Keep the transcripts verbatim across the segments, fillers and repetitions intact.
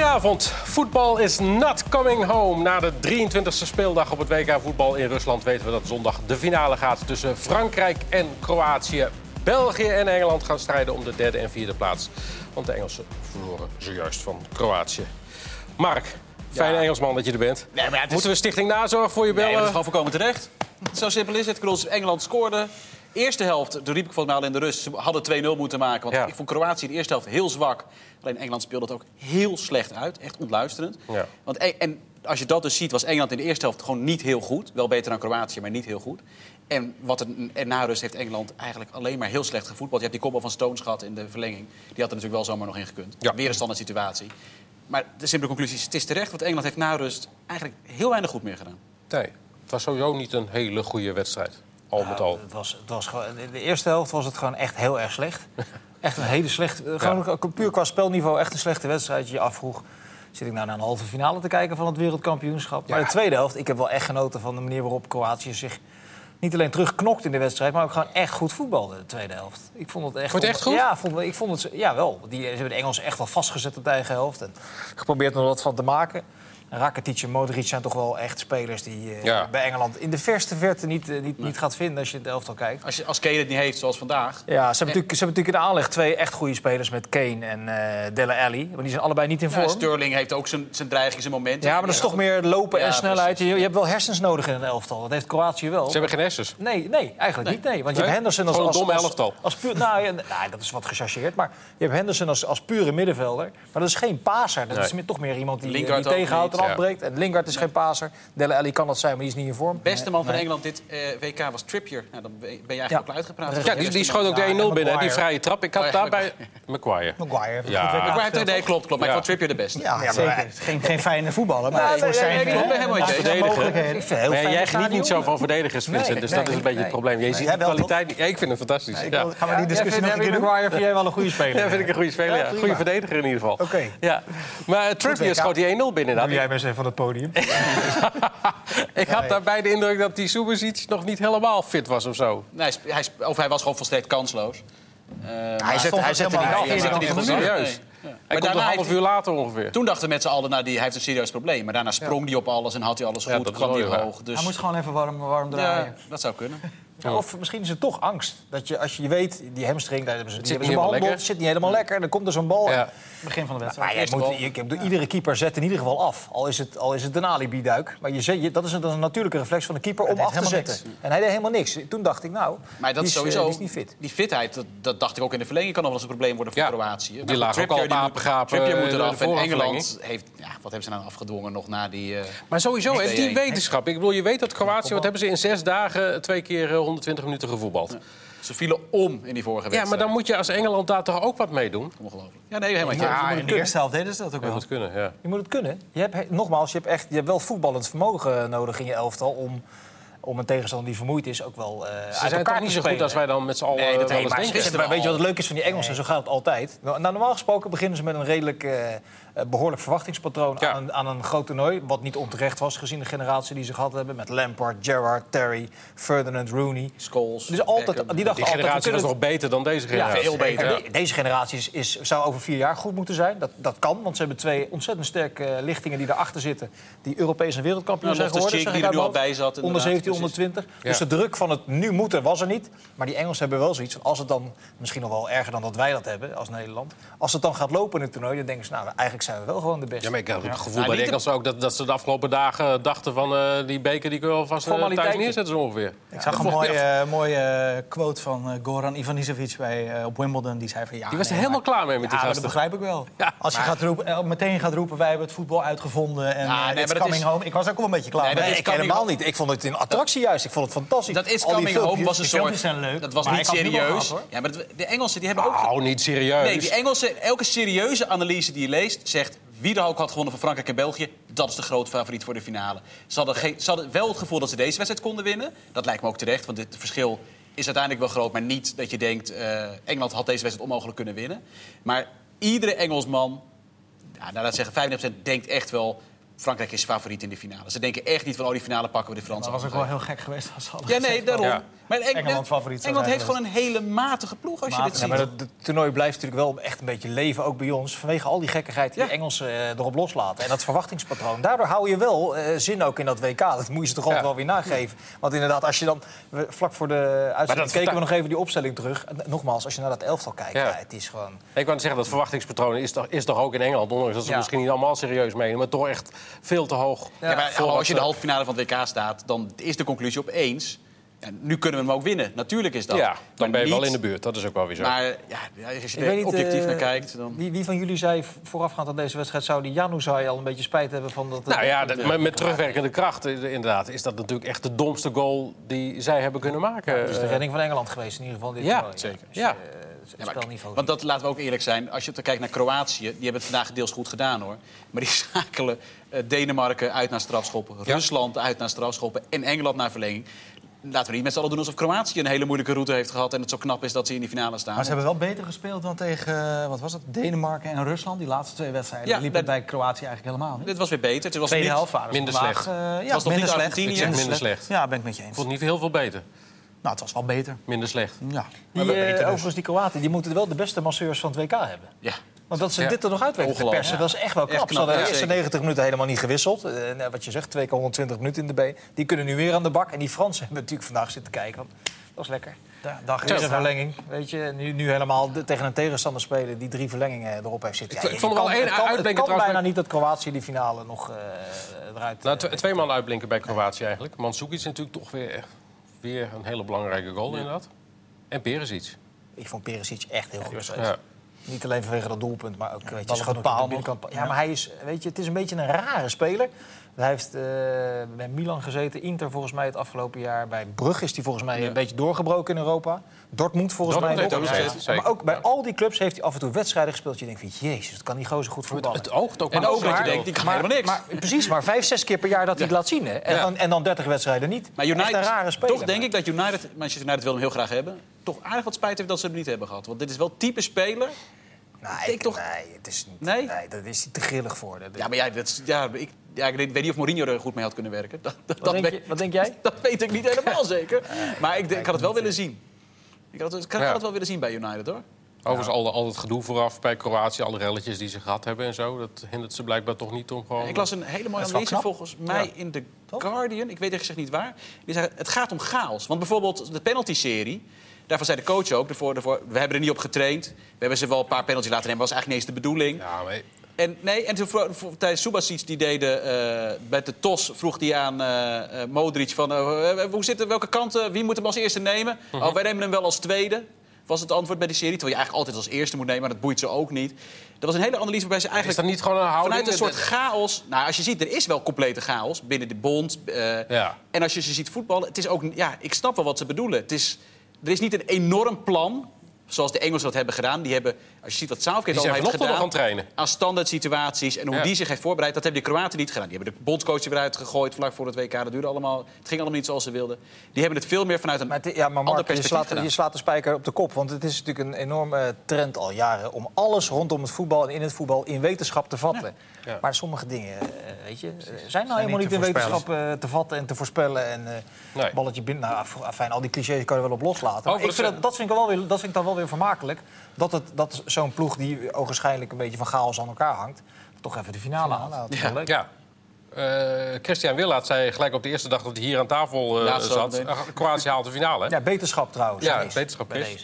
Goedenavond. Voetbal is not coming home. Na de drieëntwintigste speeldag op het W K voetbal in Rusland weten we dat zondag de finale gaat tussen Frankrijk en Kroatië. België en Engeland gaan strijden om de derde en vierde plaats. Want de Engelsen verloren zojuist van Kroatië. Mark, fijne ja. Engelsman dat je er bent. Nee, maar Moeten we Stichting Nazorg voor je bellen? Nee, dat is gewoon voorkomen terecht. Zo simpel is het. Engeland scoorde. Eerste helft, toen riep ik volgens mij al in de rust, ze hadden twee nul moeten maken. Want ja. ik vond Kroatië de eerste helft heel zwak. Alleen Engeland speelde het ook heel slecht uit. Echt ontluisterend. Ja. Want, en als je dat dus ziet, was Engeland in de eerste helft gewoon niet heel goed. Wel beter dan Kroatië, maar niet heel goed. En, wat een, en na rust heeft Engeland eigenlijk alleen maar heel slecht gevoetbald. Je hebt die kopbal van Stones gehad in de verlenging. Die had er natuurlijk wel zomaar nog in gekund. Ja. Weer een standaard situatie. Maar de simpele conclusie is, het is terecht. Want Engeland heeft na rust eigenlijk heel weinig goed meer gedaan. Nee, het was sowieso niet een hele goede wedstrijd. Al met al. Nou, het was, het was gewoon, in de eerste helft was het gewoon echt heel erg slecht. Echt een hele slecht. Gewoon ja. puur qua spelniveau echt een slechte wedstrijd. Je afvroeg, zit ik nou naar een halve finale te kijken van het wereldkampioenschap? Ja. Maar de tweede helft, ik heb wel echt genoten van de manier waarop Kroatië zich niet alleen terugknokt in de wedstrijd, maar ook gewoon echt goed voetbalde de tweede helft. Ik vond het echt. Vond het echt goed? Ja, vond, ik vond het. Ja, wel. Die, ze hebben de Engelsen echt wel vastgezet op de eigen helft en geprobeerd er wat van te maken. Rakitic en Modric zijn toch wel echt spelers die uh, ja. bij Engeland in de verste verte niet, uh, niet, nee. niet gaat vinden als je het elftal kijkt. Als, je, als Kane het niet heeft, zoals vandaag. Ja, ze hebben, en... natuurlijk, ze hebben natuurlijk in de aanleg twee echt goede spelers met Kane en uh, Dele Alli. Maar die zijn allebei niet in vorm. Ja, Sterling heeft ook zijn, zijn dreiging, zijn momenten. Ja, maar dat is ja, toch meer lopen ja, en snelheid. Je, je hebt wel hersens nodig in een elftal. Dat heeft Kroatië wel. Ze hebben geen hersens? Nee, nee eigenlijk nee. niet. Nee. Want je nee? hebt Henderson als... Gewoon een domme als, elftal. Als, als puur, nou, ja, nou, dat is wat gechargeerd. Maar je hebt Henderson als, als pure middenvelder. Maar dat is geen paser. Dat nee. is meer, toch meer iemand die, die tegenhoudt en afbreekt. En Lingard is geen paser. Dele Alli kan dat zijn, maar die is niet in vorm. De beste man van nee. Engeland dit uh, W K was Trippier. Nou, dan ben je eigenlijk ja. ook al uitgepraat. Ja, die, die schoot ook de één nul ja, binnen, die vrije trap. Ik had oh, ja, daarbij... Maguire. Maguire. Ja. Maguire, nee, klopt, klopt. Maar ja. ik vond Trippier de beste. Ja, ja zeker. Geen, geen fijne voetballer, maar voor zijn verdediger. Jij geniet niet zo van verdedigers, Vincent. Dus dat is een beetje het probleem. Je ziet de kwaliteit... Ja, ik vind het fantastisch. Gaan we die discussie nog een keer doen? Maguire vind jij wel een goede speler? Ja, vind ik een goede speler, ja. Goede verdediger in ieder geval. Oké. Maar Trippier schoot die één nul binnen. Doe jij maar eens even van het podium. Ik had daarbij de indruk dat die Subasic nog niet helemaal fit was of zo. Nee, hij, of hij was gewoon volstrekt kansloos. Uh, hij zet hij zette niet af. Hij zette niet af. Serieus. Nee. Ja. Hij komt een half uur later ongeveer. Toen dachten mensen al, nou, die, hij heeft een serieus probleem. Maar daarna sprong hij ja. op alles en had hij alles goed. Ja, kwam hij hoog. Dus... Hij moest gewoon even warm, warm draaien. Ja, dat zou kunnen. Ja, of misschien is het toch angst. Dat je, als je weet, die hamstring, daar hebben ze, die hebben ze behandeld. Het zit niet helemaal lekker. En dan komt er zo'n bal. Ja. Begin van de wedstrijd. Maar, maar je moet, je, je, iedere keeper zet in ieder geval af. Al is het, al is het een alibi-duik. Maar je zet, je, dat, is een, dat is een natuurlijke reflex van de keeper om af te zetten. Niks. En hij deed helemaal niks. Toen dacht ik, nou, maar dat die, is, sowieso, uh, die is niet fit. Die fitheid, dat, dat dacht ik ook in de verlenging, kan nog wel eens een probleem worden voor ja. Kroatië. Die lagen ook al op apengapen. Trippier moet eraf. En Engeland heeft, ja, wat hebben ze nou afgedwongen nog na die... Uh, maar sowieso, die, die wetenschap. Ik bedoel, je weet dat Kroatië, wat hebben ze in zes dagen twee keer honderdtwintig minuten gevoetbald. Ja. Ze vielen om in die vorige wedstrijd. Ja, maar dan moet je als Engeland daar toch ook wat mee doen? Ongelooflijk. Ja, nee, helemaal niet. Ja, in de eerste helft deden ze dat ook wel. Je moet het kunnen, ja. Je moet het kunnen. Je hebt, nogmaals, je hebt, echt, je hebt wel voetballend vermogen nodig in je elftal om... om een tegenstander die vermoeid is ook wel uh, Ze uit zijn toch niet zo goed als wij dan met z'n allen nee, dat wel eens denken. Maar weet je wat het leuk is van die Engelsen? Nee. Zo gaat het altijd. Nou, normaal gesproken beginnen ze met een redelijk uh, behoorlijk verwachtingspatroon ja. aan, een, aan een groot toernooi. Wat niet onterecht was gezien de generatie die ze gehad hebben. Met Lampard, Gerrard, Terry, Ferdinand, Rooney. Scholes. Dus altijd, die die altijd, generatie kunnen... was nog beter dan deze generatie. Ja, veel beter. Ja. De, deze generatie is, is, zou over vier jaar goed moeten zijn. Dat, dat kan, want ze hebben twee ontzettend sterke uh, lichtingen die erachter zitten. Die Europees en wereldkampioen nou, zijn geworden. Die er nu al bij zat. onder zeventien, onder twintig. Ja. Dus de druk van het nu moeten was er niet. Maar die Engelsen hebben wel zoiets van... als het dan, misschien nog wel erger dan dat wij dat hebben als Nederland... als het dan gaat lopen in het toernooi, dan denken ze... nou, eigenlijk zijn we wel gewoon de beste. Ja, maar ik heb het gevoel ja. bij de Engelsen ook... Dat, dat ze de afgelopen dagen dachten van... Uh, die beker die kunnen we alvast uh, thuis neerzetten zo ongeveer. Ja, ik zag een mooie, uh, mooie uh, quote van uh, Goran Ivanisevic bij, uh, op Wimbledon. Die zei van... ja, die was er nee, helemaal maar, klaar mee met ja, die gasten. dat begrijp ik wel. Ja, als je maar, gaat roepen, uh, meteen gaat roepen... wij hebben het voetbal uitgevonden en ja, uh, nee, it's coming is... home. Ik was ook wel een beetje klaar. Nee, nee, ik helemaal niet. Ik vond het een attractie juist. Ik vond het fantastisch. Dat is coming home was een soort... zijn leuk, dat was niet serieus. Gehad, ja, maar de Engelsen die hebben ook... Nou, niet serieus. Nee, die Engelsen, elke serieuze analyse die je leest, zegt... wie er ook had gewonnen van Frankrijk en België... dat is de grote favoriet voor de finale. Ze hadden, geen, ze hadden wel het gevoel dat ze deze wedstrijd konden winnen. Dat lijkt me ook terecht, want het verschil is uiteindelijk wel groot. Maar niet dat je denkt, uh, Engeland had deze wedstrijd onmogelijk kunnen winnen. Maar iedere Engelsman, ja, nou, laat zeggen vijfennegentig procent, denkt echt wel... Frankrijk is favoriet in de finale. Ze denken echt niet van, oh, die finale pakken we de Fransen. Dat was ook wel heel gek geweest als ze hadden Ja, nee, gezegd daarom. Ja. Maar Eng- Engeland favoriet zou Engeland zijn heeft gewoon een hele matige ploeg als je dit Ja, ziet. maar het, het toernooi blijft natuurlijk wel echt een beetje leven, ook bij ons. Vanwege al die gekkigheid die Ja. de Engelsen uh, erop loslaten. En dat verwachtingspatroon. Daardoor hou je wel uh, zin ook in dat W K. Dat moet je ze toch altijd Ja. wel weer nageven. Want inderdaad, als je dan... We, vlak voor de uitzending keken verta- we nog even die opstelling terug. En nogmaals, als je naar dat elftal kijkt, Ja. ja. het is gewoon... Ik wou zeggen, dat verwachtingspatroon is toch, is toch ook in Engeland... ondanks dat ze Ja. misschien niet allemaal serieus menen... maar toch echt veel te hoog. Ja, maar voor als wat je in de ze- halve finale van het W K staat, dan is de conclusie opeens... Ja, nu kunnen we hem ook winnen. Natuurlijk is dat. Ja, Maar dan ben je wel niet- in de buurt. Dat is ook wel weer zo. Maar ja, als je Ik weet er niet, objectief uh, naar kijkt, dan... Wie, wie van jullie zei voorafgaand aan deze wedstrijd... zou die Januzaj al een beetje spijt hebben van dat... Nou ja, dat- dat- maar met terugwerkende kracht eh, inderdaad... is dat natuurlijk echt de domste goal die zij hebben kunnen maken. Het is de redding van Engeland geweest in ieder geval. Dit Ja, toernooi. zeker. Dus, Ja. uh, het Ja, maar- spelniveau. Want dat laten we ook eerlijk zijn. Als je kijkt naar Kroatië, die hebben het vandaag deels goed gedaan, hoor. Maar die schakelen uh, Denemarken uit naar strafschoppen, Ja. Rusland uit naar strafschoppen en Engeland naar verlenging. Laten we niet met z'n allen doen alsof Kroatië een hele moeilijke route heeft gehad en het zo knap is dat ze in die finale staan. Maar ze hebben wel beter gespeeld dan tegen uh, wat was het? Denemarken en Rusland. Die laatste twee wedstrijden Ja, liepen dat- bij Kroatië eigenlijk helemaal niet. Dit was weer beter. Het was Tweede niet, helft waren ze minder vandaag, slecht. uh, ja, was toch minder niet slecht. Argentinië? Ik zeg Minder minder slecht. Ja, ben ik met je Ik eens. vond het niet heel veel beter. Nou, het was wel beter. Minder slecht. Ja. Die, Maar eh, beter dus. overigens, die Kroaten die moeten wel de beste masseurs van het W K hebben. ja. Want dat ze Ja. dit er nog uit weten te Ongelooflijk. persen, dat is echt wel knap. Echt knap, Ze hadden ja, de eerste zeker. negentig minuten helemaal niet gewisseld. Uh, nou, wat je zegt, twee keer honderdtwintig minuten in de been. Die kunnen nu weer aan de bak. En die Fransen hebben natuurlijk vandaag zitten kijken. Want dat is lekker. Da- dag Weer is een er. verlenging, weet je. Nu, nu helemaal de- tegen een tegenstander spelen die drie verlengingen erop heeft zitten. Ik- Ja, ik je vond er wel kan- één het kan, het uitblinker kan trouwens bijna niet dat Kroatië die finale nog uh, eruit... Nou, uh, tw- twee man uitblinken bij Kroatië eigenlijk. Mandzukic is natuurlijk toch weer, weer een hele belangrijke goal inderdaad. En Perisic. Ik vond Perisic echt heel goed gespeeld. Ja. Niet alleen vanwege dat doelpunt, maar ook weet je, bal op schoot de ook in paal de nog. binnenkant. Ja, maar hij is, weet je, het is een beetje een rare speler. Hij heeft uh, bij Milan gezeten, Inter volgens mij het afgelopen jaar. Bij Brugge is hij volgens mij Ja. een beetje doorgebroken in Europa. Dortmund volgens Dortmund mij heeft nog. ook Ja. gezeten, zeker. Maar ook bij Ja. al die clubs heeft hij af en toe wedstrijden gespeeld. Je denkt van, jezus, dat kan die gozer goed voetballen. Het oogt ook En maar ook dat je maar- denkt, die kan maar, helemaal niks. maar, precies, maar vijf, zes keer per jaar dat hij het laat zien. Hè? En, Ja. dan, en dan dertig wedstrijden niet. Maar Echt United, een rare speler. toch denk ik dat United, Manchester United wil hem heel graag hebben, toch aardig wat spijt heeft dat ze hem niet hebben gehad. Want dit is wel type speler. Nou, Ik ik, toch- nee, het is niet, Nee? nee, dat is hij te grillig voor. Dat, Ja, maar ja, dat is, ja, ik, ja, ik weet niet of Mourinho er goed mee had kunnen werken. Dat, dat, wat, dat denk weet, je, wat denk jij? dat weet ik niet helemaal zeker. Maar ik, ik had het wel willen zien. Ik had het, ik had Ja. het wel willen zien bij United, hoor. Overigens al, al het gedoe vooraf bij Kroatië, alle relletjes die ze gehad hebben en zo. Dat hindert ze blijkbaar toch niet om gewoon... Ik las een hele mooie Dat is wel analyse knap. volgens mij Ja. in The Guardian. Ik weet eerlijk gezegd niet waar. Die zei, het gaat om chaos. Want bijvoorbeeld de penalty-serie... Daarvan zei de coach ook, ervoor, ervoor, we hebben er niet op getraind. We hebben ze wel een paar penalties laten nemen. Dat was eigenlijk niet eens de bedoeling. Ja, maar... En, nee, en toen vroeg, vroeg- tijdens Subasic die deden eh, bij de T O S vroeg hij aan eh, eh, Modric van eh, hoe zit het, welke kant, eh, wie moet hem als eerste nemen? Oh, wij nemen hem wel als tweede. Was het antwoord bij die serie. Terwijl je eigenlijk altijd als eerste moet nemen, maar dat boeit ze ook niet. Dat was een hele analyse waarbij ze Is eigenlijk dat niet gewoon een houding? vanuit een soort chaos. Nou, als je ziet, er is wel complete chaos binnen de bond. eh, Ja. En als je ze ziet voetballen, het is ook, ja, ik snap wel wat ze bedoelen. Het is, er is niet een enorm plan. Zoals de Engelsen dat hebben gedaan. Die hebben, als je ziet wat Southgate Die al zijn heeft vanochtend gedaan... nog aan het trainen. aan standaard situaties en hoe Ja. die zich heeft voorbereid... dat hebben de Kroaten niet gedaan. Die hebben de bondscoach er weer uitgegooid vlak voor het W K. Dat duurde allemaal, het ging allemaal niet zoals ze wilden. Die hebben het veel meer vanuit een Maar, het- ja, maar ander Mark, je perspectief slaat, gedaan. je slaat de spijker op de kop. Want het is natuurlijk een enorme trend al jaren... om alles rondom het voetbal en in het voetbal in wetenschap te vatten. Ja. Maar sommige dingen, eh, weet je, eh, zijn nou helemaal niet niet te in voorspellen. wetenschap eh, te vatten en te voorspellen. En eh, Nee. balletje binnen. Nou, af- afijn, al die clichés kan je wel op loslaten. Maar Over ik de- vind dat, dat, vind ik wel weer, dat vind ik dan wel weer vermakelijk. Dat, het, dat zo'n ploeg die ogenschijnlijk een beetje van chaos aan elkaar hangt... toch even de finale haalt. Dat is wel leuk. Ja. Eh, Christian Willaert zei gelijk op de eerste dag dat hij hier aan tafel eh, Ja, zo zat. meteen. Uh, Kroatië haalt de finale. Ja, beterschap trouwens. Ja, Chris, beterschap, bij Chris. deze.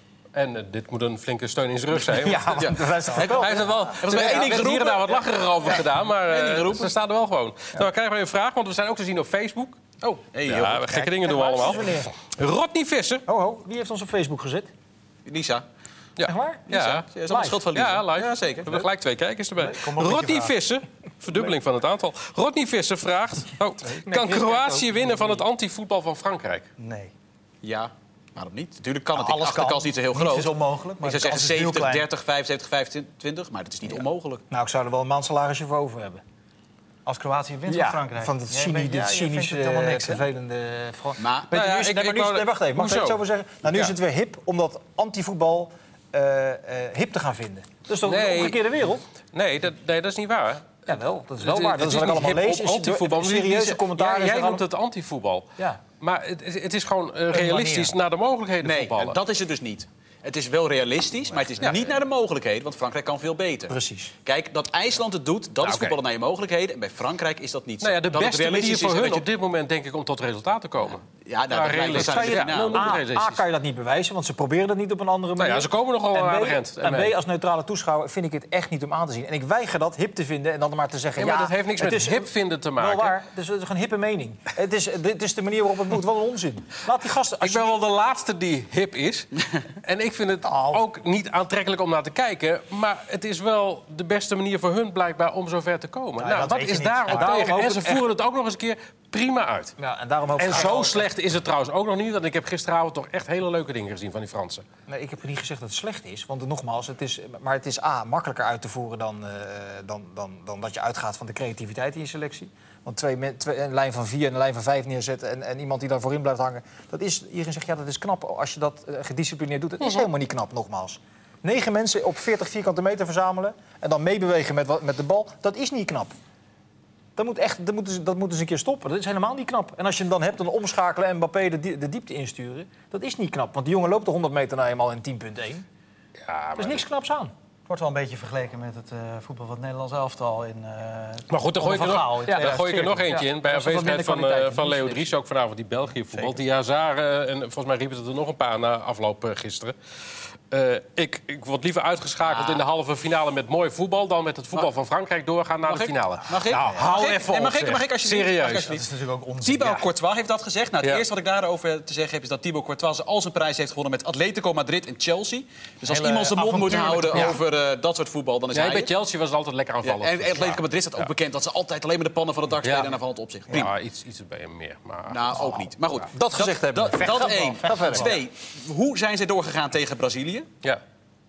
En eh, dit moet een flinke steun in zijn rug zijn. Ja, want Ja. dat is toch Hij, wel- hij heeft er wel. Er maar één ding hier en geroepen. daar wat lacherig over gedaan, maar Eén ding eh, geroepen. ze staan er wel gewoon. Nou, dan krijgen we een vraag, want we zijn ook te zien op Facebook. Oh, hey, heel Ja, goed. gekke dingen doen we Kijk maar, allemaal. het is wanneer. Rodney Visser. Ho, ho, wie heeft ons op Facebook gezet? Lisa. Ja. Echt waar? Ja, Ja, is allemaal schuld van Lisa. ja, live. Ja, zeker. We hebben gelijk twee kijkers erbij. kom op met je Rodney vraag. Visser, verdubbeling van het aantal. Rodney Visser vraagt... Oh, kan Kroatië winnen van het anti-voetbal van Frankrijk? Nee. Ja, waarom niet? Natuurlijk kan het. Nou, De alles achterkans kan. niet zo heel Niets groot. is onmogelijk, maar Ik zou de zeggen kans is heel zeventig, klein. dertig, vijfenzeventig, vijfentwintig, maar dat is niet onmogelijk. Nou, ik zou er wel een maandsalarisje voor over hebben. Als Kroatië wint van Frankrijk. van het Jij cyni, bent- ja, dit je vindt cynische, het helemaal niks, hè? vervelende... Fran- Maar- Weet je, Nou ja, nu is, ik- nee, maar ik nu is- wou- nee, wacht even, mag ik er iets Hoezo? over zeggen? Nou, nu Ja. is het weer hip om dat antivoetbal eh, eh, hip te gaan vinden. Dat is toch Nee. een omgekeerde wereld? Nee dat, nee, dat is niet waar. Ja, wel. Dat is wel waar. Dat is wat ik allemaal lees. Antivoetbal. Serieuze commentaar. Jij noemt het antivoetbal. Ja. Maar het, het is gewoon uh, realistisch naar de mogelijkheden nee, voetballen. Nee, dat is het dus niet. Het is wel realistisch, maar het is ja. niet naar de mogelijkheden. Want Frankrijk kan veel beter. Precies. Kijk, dat IJsland het doet, dat nou, is voetballen okay. naar je mogelijkheden. En bij Frankrijk is dat niet zo. Nou ja, de dat beste manier voor hun je... op dit moment, denk ik om tot resultaat te komen. Ja, nou, dat lijkt dat je, nou, A, A kan je dat niet bewijzen, want ze proberen het niet op een andere manier. Nou ja, ze komen nogal aan de rent. En B, als neutrale toeschouwer vind ik het echt niet om aan te zien. En ik weiger dat hip te vinden en dan maar te zeggen... Ja, maar ja, dat heeft niks met is, hip vinden te maken. Wel waar, het is, het is een hippe mening. het, is, het is de manier waarop het moet, wel een onzin. Laat die gasten... Ik ben wel de laatste die hip is. En ik vind het oh. ook niet aantrekkelijk om naar te kijken. Maar het is wel de beste manier voor hun blijkbaar om zover te komen. Ja, nou, wat is daarop ja, tegen? En ze voeren het ook nog eens een keer prima uit. Ja, en daarom en zo slecht is het trouwens ook nog niet. Want ik heb gisteravond toch echt hele leuke dingen gezien van die Fransen. Nee, ik heb niet gezegd dat het slecht is. Want nogmaals, het is, maar het is A, makkelijker uit te voeren dan, uh, dan, dan, dan dat je uitgaat van de creativiteit in je selectie. Want twee, twee, een lijn van vier en een lijn van vijf neerzetten... En, en iemand die daar voorin blijft hangen... Dat is, iedereen zegt, ja, dat is knap als je dat uh, gedisciplineerd doet. Het is uh-huh. helemaal niet knap, nogmaals. Negen mensen op veertig vierkante meter verzamelen... en dan meebewegen met, met de bal, dat is niet knap. Dat moet, echt, dat, moeten ze, dat moeten ze een keer stoppen. Dat is helemaal niet knap. En als je hem dan hebt, dan omschakelen en Mbappé de, de diepte insturen... dat is niet knap, want die jongen loopt de honderd meter nou eenmaal in tien punt één. Ja, er is niks knaps aan. Het wordt wel een beetje vergeleken met het uh, voetbal van het Nederlands elftal in uh, maar goed, dan gooi ik er nog, ja, dan gooi ik er nog eentje ja. in. Bij afwezigheid van, uh, van Leo Dries, ook vanavond die België voetbal. Die Hazard, uh, en volgens mij riepen ze er nog een paar na afloop uh, gisteren. Uh, ik, ik word liever uitgeschakeld ah. in de halve finale met mooi voetbal... dan met het voetbal mag, van Frankrijk doorgaan naar de finale. Ik? Mag ik? Nou, hou mag even ik? op, mag ik? Mag ik alsjeblieft? Serieus. Dat is natuurlijk ook onzin. Thibaut ja. Courtois heeft dat gezegd. Nou, het ja. eerste wat ik daarover te zeggen heb... is dat Thibaut Courtois al zijn prijs heeft gewonnen... met Atletico Madrid en Chelsea. Dus als Hele iemand zijn mond moet houden ja. over uh, dat soort voetbal... dan is ja, hij bij het. Chelsea was het altijd lekker aanvallen. Ja, en Atletico Madrid staat ook ja. bekend... dat ze altijd alleen maar de pannen van het dak spelen... en dan van het opzicht. Prima. Ja, iets, iets bij hem meer. Maar... Nou, ook niet. Maar goed. Dat gezegd hebben. Dat één. Twee. Hoe zijn zij doorgegaan tegen Brazilië? Ja.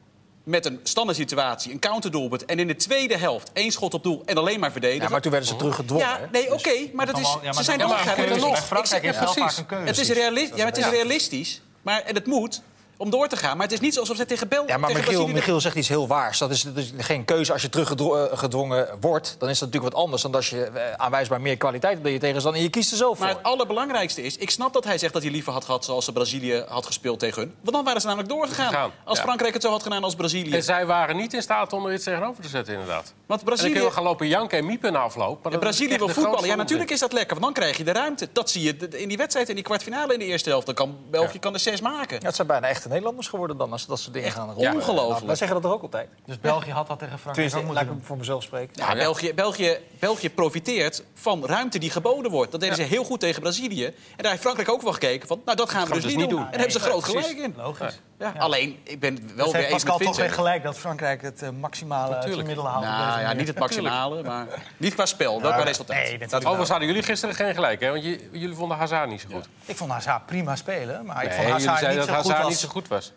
Met een standaard situatie, een counterdoelpunt... en in de tweede helft één schot op doel en alleen maar verdedigen. Ja, maar toen werden ze teruggedwongen. Ja, nee, oké, okay, maar dat is, ja, maar ze zijn doorgegaan. Frankrijk heeft wel vaak een keuze. Het is, reali- ja, het is realistisch, maar, en het moet... om door te gaan. Maar het is niet alsof ze tegen België... Ja, maar Michiel, Michiel zegt iets heel waars. Dat is, dat is geen keuze. Als je teruggedwongen wordt, dan is dat natuurlijk wat anders... dan als je aanwijsbaar meer kwaliteit hebt dan je tegenstander... en je kiest er zelf voor. Maar het allerbelangrijkste is... ik snap dat hij zegt dat hij liever had gehad... zoals ze Brazilië had gespeeld tegen hun. Want dan waren ze namelijk doorgegaan. Gegaan, als ja. Frankrijk het zo had gedaan als Brazilië. En zij waren niet in staat om er iets tegenover te zetten, inderdaad. Want Brazilië... En dan kun je wel gaan lopen janken en miepen na afloop. Maar Brazilië wil voetballen. Ja, natuurlijk is dat lekker. Want dan krijg je de ruimte. Dat zie je in die wedstrijd, in die kwartfinale in de eerste helft. Dan kan België ja. kan er zes maken. Ja, het zijn bijna echte Nederlanders geworden dan... als dat soort dingen gaan rollen. Ja, ongelooflijk. Nou, wij zeggen dat toch ook altijd. Dus België had dat tegen Frankrijk ook moeten doen. Ik voor mezelf spreken. Ja, ja. België, België, België profiteert van ruimte die geboden wordt. Dat deden ja. ze heel goed tegen Brazilië. En daar heeft Frankrijk ook wel gekeken van... nou, dat gaan we dus, dus niet doen. doen. En daar hebben ze groot ja, gelijk in. Logisch. Ja. Ja. Alleen, ik ben het wel dus weer eens Pascal met toch weer gelijk dat Frankrijk het uh, maximale gemiddelde haalt. Nou ja, niet het maximale, maar niet qua spel. Ja, wel qua resultaat. Nee, overigens hadden jullie gisteren geen gelijk, hè? Want jullie vonden Hazard niet zo goed. Ik vond Hazard prima spelen, maar ik vond Hazard niet zo goed was. dat Hazard niet zo goed was.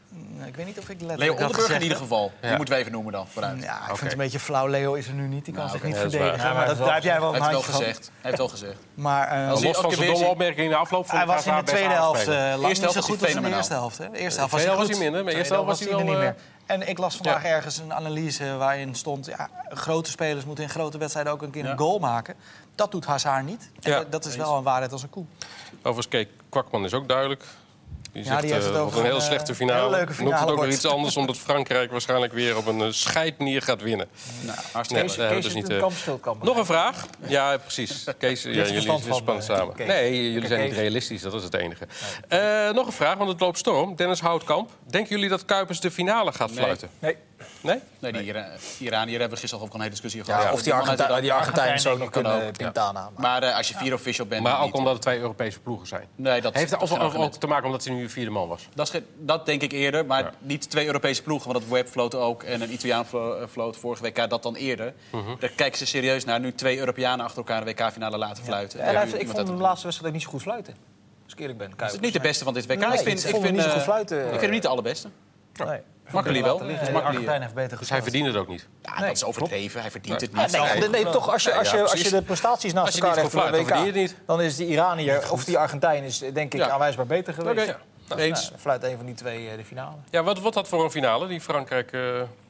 Ik weet niet of ik letterlijk Leo Onderburg in ieder heb. geval. Ja. Die moeten we even noemen dan. Vooruit. Ja, ik okay. vind het een beetje flauw. Leo is er nu niet. Die kan nou, zich okay. niet ja, verdedigen. Ja, maar dat, daar heb jij wel een handje van. Hij heeft wel gezegd. Maar uh, los van zijn domme opmerking in de afloop... Hij was in de tweede helft uh, lang niet zo goed als in de eerste helft. De eerste helft was hij goed. minder, maar de eerste helft was hij wel... niet meer. En ik las vandaag ergens een analyse waarin stond... Ja, grote spelers moeten in grote wedstrijden ook een keer een goal maken. Dat doet Hazard niet. Dat is wel een waarheid als een koe. Overigens, Kees Kwakman is ook duidelijk... Die ja, zegt, die heeft het uh, over een heel slechte finale. Een leuke finale noemt het ook wordt. weer iets anders... omdat Frankrijk waarschijnlijk weer op een uh, scheidnier gaat winnen. Nou, nee, Kees, Kees dus niet, uh... Nog een vraag? Ja, precies. Kees, ja, jullie spannen uh, samen. Kees. Nee, jullie zijn niet realistisch, dat is het enige. Uh, nog een vraag, want het loopt storm. Dennis Houtkamp. Denken jullie dat Kuipers de finale gaat fluiten? Nee. Nee? Nee, die Ira- Iraniër hebben we gisteren ook al een hele discussie gehad. Ja, of die, Argentijn, die Argentijnen zo nog kunnen Pintana. Ja. Maar uh, als je vier official bent... Maar ook omdat het twee Europese ploegen zijn. Nee, dat heeft het of, of, ook te maken omdat hij nu een vierde man was? Dat, is, dat denk ik eerder, maar ja. niet twee Europese ploegen. Want het Web floot ook en een Italiaan floot vorige W K dat dan eerder. Uh-huh. Daar kijken ze serieus naar. Nu twee Europeanen achter elkaar de W K-finale laten fluiten. Ja. En ja, hij, ik vond hem de laatste wedstrijd niet zo goed fluiten. Als ik eerlijk ben. Is het niet de beste van dit W K? Nee, ik vind, ik vond hem niet zo goed fluiten. Ik vind hem niet de allerbeste. Nee. Makkelijk wel. Nee, de Argentijn heeft beter dus hij verdient het ook niet. Ja, nee, dat is overdreven. Hij verdient nee. het niet. Ja, nee, nee, nee, toch als je, als, je, als je de prestaties naast elkaar legt voor de W K... Dan, niet. dan is die Iranier of die Argentijn is denk ik ja. aanwijsbaar beter geweest. Okay. Ja. Nou, eens. Nou, fluit een van die twee uh, de finale. Ja, wat wordt dat voor een finale, die Frankrijk... Uh,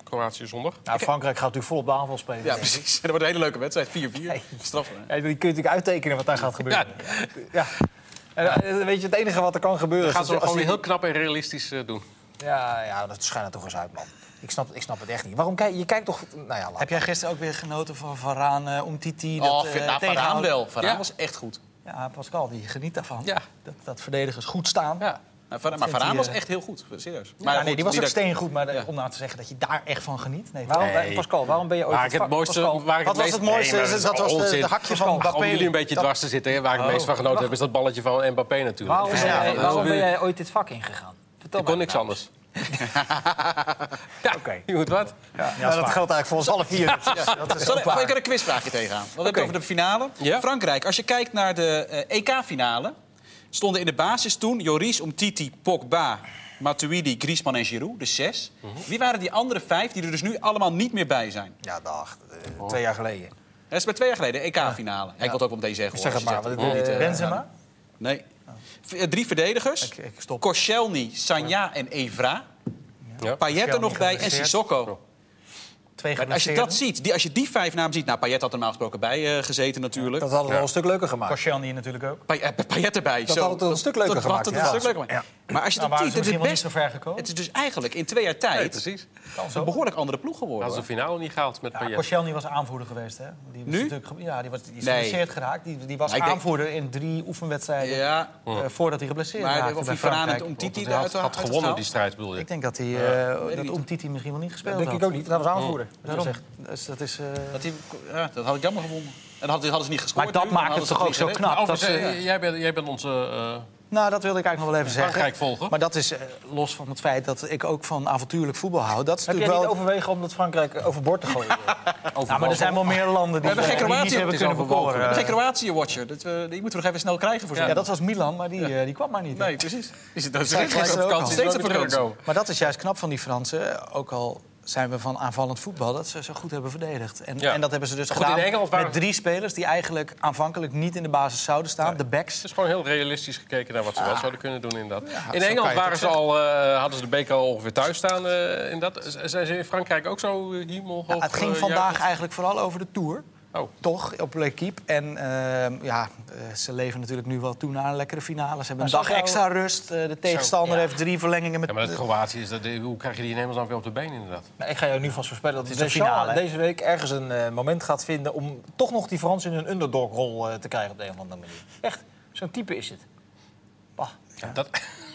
Kroatië zondag. Nou, Frankrijk gaat natuurlijk vol op de aanval spelen. Ja, precies. En dat wordt een hele leuke wedstrijd. vier vier. Nee. Straf. Ja, die kun je natuurlijk uittekenen wat daar gaat gebeuren. Ja. Ja. En, weet je, het enige wat er kan gebeuren... Dat gaan ze is gewoon die... weer heel knap en realistisch uh, doen. Ja, ja, dat schijnt er toch eens uit, man. Ik snap, ik snap het echt niet. Waarom kijk je kijkt toch... Nou ja, Heb jij gisteren ook weer genoten van Varane, uh, Umtiti? Dat, Oh, uh, nou, Varane wel. Varane ja. was echt goed. Ja, Pascal, die geniet daarvan. Ja. Dat, dat verdedigers goed staan. Ja. Nou, Varane, maar Varane hij, uh... was echt heel goed, serieus. Ja, maar nee, goed, die was ook dat... steengoed, maar ja. om nou te zeggen dat je daar echt van geniet... Nee, waarom, nee. Pascal, waarom ben je ooit... Waar ik het mooiste... Pascal, waar ik wat het was het meest... mooiste? Nee, maar dat was de, onzin. de hakje van Om Mbappé. jullie een beetje dat... dwars te zitten. Waar ik het Oh. meest van genoten heb, is dat balletje van Mbappé natuurlijk. waarom, ben Ja, jij, dat waarom is ben weer- jij ooit dit vak ingegaan? Vertel Ik kon mij niks nou. anders. Ja, Oké. je moet wat. Ja, ja, dat geldt eigenlijk voor ons alle vier. Dat is, dat is Sorry, ook waar. ik er een quizvraagje tegenaan. We hebben Oké. het over de finale. Ja. Frankrijk, als je kijkt naar de uh, E K-finale... stonden in de basis toen Lloris, Umtiti, Pogba, Matuidi, Griezmann en Giroud, dus zes. Uh-huh. Wie waren die andere vijf die er dus nu allemaal niet meer bij zijn? Ja, dag. Uh, twee jaar geleden. Dat is bij twee jaar geleden, de E K-finale. Ja. Ik wil het ook wel meteen zeggen. Zeg hoor, het als je maar. zegt, want, niet, uh, uh, Benzema? Nee. V- uh, drie verdedigers. Ik, ik stop. Koscielny, Sagna en Evra. Ja. Payet er Koscielny nog bij en geblesseerd. Sissoko. Twee Maar als je dat ziet, die, als je die vijf namen ziet... Nou, Payet had er normaal gesproken bij uh, gezeten natuurlijk. Dat hadden we wel een stuk leuker gemaakt. Koscielny natuurlijk ook. Pay- uh, Payet erbij. Dat zo. had het een stuk leuker dat, gemaakt, Dat had ja. het een stuk leuker gemaakt. Maar als je Nou, dat waren ziet, ze het is, misschien wel niet best, zo ver gekomen. het is dus eigenlijk in twee jaar tijd... Nee, precies. een behoorlijk andere ploeg geworden. Hadden ze hoor. de finale niet gehaald met Ja, Payet. Koscielny was aanvoerder geweest, hè? Die was Nu? natuurlijk ge- Ja, die, was, die is Nee. geblesseerd geraakt. Die, die was Maar ik denk- aanvoerder in drie oefenwedstrijden Ja, uh, voordat hij geblesseerd maar raakte of bij die Varane Frankrijk. en Umtiti Hij had, eruit had gewonnen die strijd, bedoel je? Ik denk dat hij uh, weet ik dat niet. Umtiti misschien wel niet gespeeld Dat denk ik had. ook niet. Dat was aanvoerder. Daarom. Dat Dus dat is... Uh... dat, die, ja, dat had ik jammer gevonden. En dat hadden, hadden ze niet gescoord. Maar dat nu, dan maakt het hadden toch ze ook zo drie knap. gered. Dat Overigens, ze, eh, jij, bent, jij bent onze... uh, Nou, dat wilde ik eigenlijk nog wel even zeggen. Frankrijk volgen. Maar dat is uh, los van het feit dat ik ook van avontuurlijk voetbal hou. Dat is Heb jij natuurlijk niet wel... overwegen om dat Frankrijk overboord te gooien? Nou, maar er zijn wel meer landen die, We hebben geen die Kroatië, niet hebben het is kunnen overwogen. We bekoren. hebben geen Kroatië-watcher. Dat, uh, die moeten we nog even snel krijgen voor zo'n... Ja, dat was Milan, maar die, uh, die kwam maar niet. Nee, precies. Is het, dat is Zij echt gisteren op ook vakantie. al. Steeds op Nooit meer vakantie. terugkomen. Maar dat is juist knap van die Fransen. Ook al zijn we van aanvallend voetbal, dat ze zo goed hebben verdedigd. En, Ja. en dat hebben ze dus Goed, gedaan in Engeland waren- met drie spelers... die eigenlijk aanvankelijk niet in de basis zouden staan. De backs. Het is gewoon heel realistisch gekeken naar wat ze wel zouden kunnen doen in dat. in zo kan Engeland je waren het ze ook al, uh, hadden ze de beker al ongeveer thuis staan. Uh, in dat. Z- Zijn ze in Frankrijk ook zo uh, hemelhoog? Ja, het ging uh, vandaag juichend? eigenlijk vooral over de Tour. Oh. Toch, op L'Équipe. En uh, ja, uh, ze leven natuurlijk nu wel toe naar een lekkere finale. Ze hebben een Maar dag zou extra rust. Uh, de tegenstander ja. heeft drie verlengingen met... Ja, maar dat Kroatië, is dat, hoe krijg je die in hemelsnaam weer op de been inderdaad? Nou, ik ga jou nu vast voorspellen dat Het is de de finale, hè? deze week ergens een uh, moment gaat vinden... om toch nog die Fransen in een underdog-rol uh, te krijgen op de een of andere manier. Echt, zo'n type is het. Bah. Ja. Dat,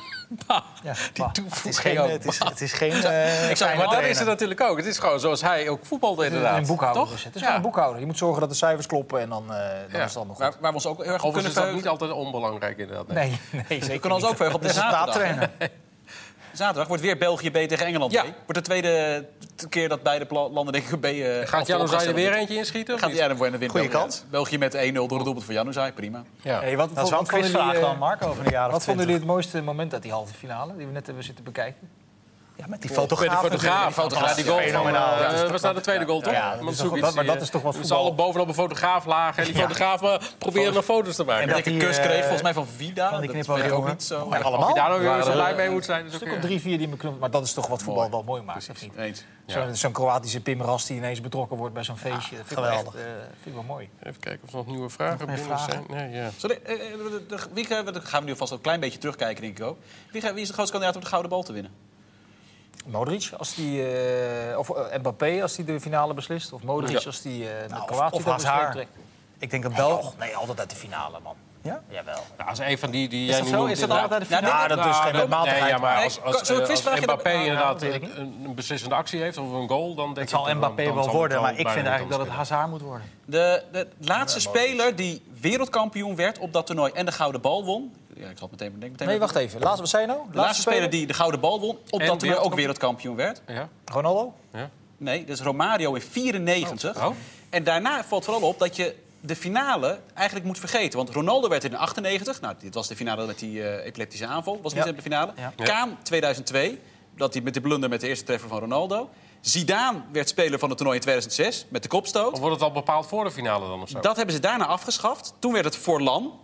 Ja, Die bah, toevoeging het is geen, ook. het is, het is geen uh, ik zeg, maar dat is het natuurlijk ook. Het is gewoon zoals hij ook voetbalde inderdaad. Een boekhouder Toch? is het. Het is Ja. gewoon een boekhouder. Je moet zorgen dat de cijfers kloppen en dan, uh, dan Ja. is het allemaal goed. Waar, waar we ons ook heel erg op Overigens kunnen is dat verheugen. niet altijd onbelangrijk inderdaad. Nee. Nee, nee, zeker We kunnen ons ook verheugen op de zaterdag. resultaattrainer. Zaterdag wordt weer België B tegen Engeland. Ja. B. Wordt de tweede keer dat beide pla- landen tegen B... Uh, Gaat Januzaj er weer eentje inschieten? of Gaat niet? hij er voor en dan wint Goeie België. kans. België met één nul door het doelpunt van Januzaj. Prima. Ja. Hey, wat, Dat is wel een wat vonden quizvraag jullie, uh, dan, Mark, over een jaar of Wat vonden jullie twintig. het mooiste moment uit die halve finale... die we net hebben zitten bekijken? Ja, met die Met de fotograaf. fotograaf. natuurlijk. Ja, die goal van, Fenomenaal. uh, Ja, dat is was nou de tweede goal, toch? Ja, dat is Mandzukic, toch- dat- maar die, dat is toch wat uh, voetbal. Ze alle bovenop een fotograaf lagen en die Ja. fotograaf uh, probeerde nog foto's te maken. En En dat dat ik een die, kus eh, kreeg, volgens mij van Vida. van die Dat knipoog weet ik ook jongen. niet zo. Maar Of allemaal? je daar nou weer Waren zo er, blij mee uh, moet zijn, is Een ook stuk of weer... drie, vier die me knuffelen. Maar dat is toch wat voetbal wel mooi maakt, of niet? Eens. Zo'n Ja. zo'n Kroatische Pim Ras die ineens betrokken wordt bij zo'n feestje. dat vind ik wel geweldig. echt, uh, vind ik wel mooi. Even kijken of er nog nieuwe vragen meer binnen vragen? zijn. Nee, ja. Sorry, eh, eh, de- de- wie gaan we, dat gaan we nu vast ook een klein beetje terugkijken, denk ik ook. Wie, gaat- wie is de grootste kandidaat om de gouden bal te winnen? Modric, als die, uh, of uh, Mbappé als die de finale beslist. Of Modric Ja. als die uh, Nou, de of- Kroatië of dat Hazard. besluit trekt. Ik denk dat Nee, Bel... joh, nee, altijd uit de finale, man. Ja? Jawel. Nou, als een van die die Is jij dat nu zo? noemt, Is dat inderdaad- altijd uit de Ja, finale? nee, dat is geen Nou, wetmatigheid. nee, ja, maar Nee, als, als, zullen we een als quizvraagje Mbappé hebben? inderdaad dat weet ik een, een beslissende actie heeft of een goal, dan denk Het ik... zal dat Mbappé dan wel zal worden, het maar ik bijna vind niet eigenlijk dat het anders Hazard moet worden. De, de laatste speler die wereldkampioen werd op dat toernooi en de gouden bal won... Ja, ik zal het meteen denk meteen Nee, wacht even. Laatste, wat zei je nou? De laatste speler die de gouden bal won op En dat toernooi ook wereldkampioen? wereldkampioen werd. Ja, Ronaldo? ja. Nee, dat is Romario in vierennegentig. Oh. Oh. En daarna valt vooral op dat je de finale eigenlijk moet vergeten. Want Ronaldo werd in achtennegentig. Nou, dit was de finale met die uh, epileptische aanval. Was niet Ja. de finale. Ja. Kaan tweeduizend twee. Dat hij met de blunder met de eerste treffer van Ronaldo. Zidane werd speler van het toernooi in tweeduizend zes met de kopstoot. Of wordt het al bepaald voor de finale dan of zo? Dat hebben ze daarna afgeschaft. Toen werd het Forlan.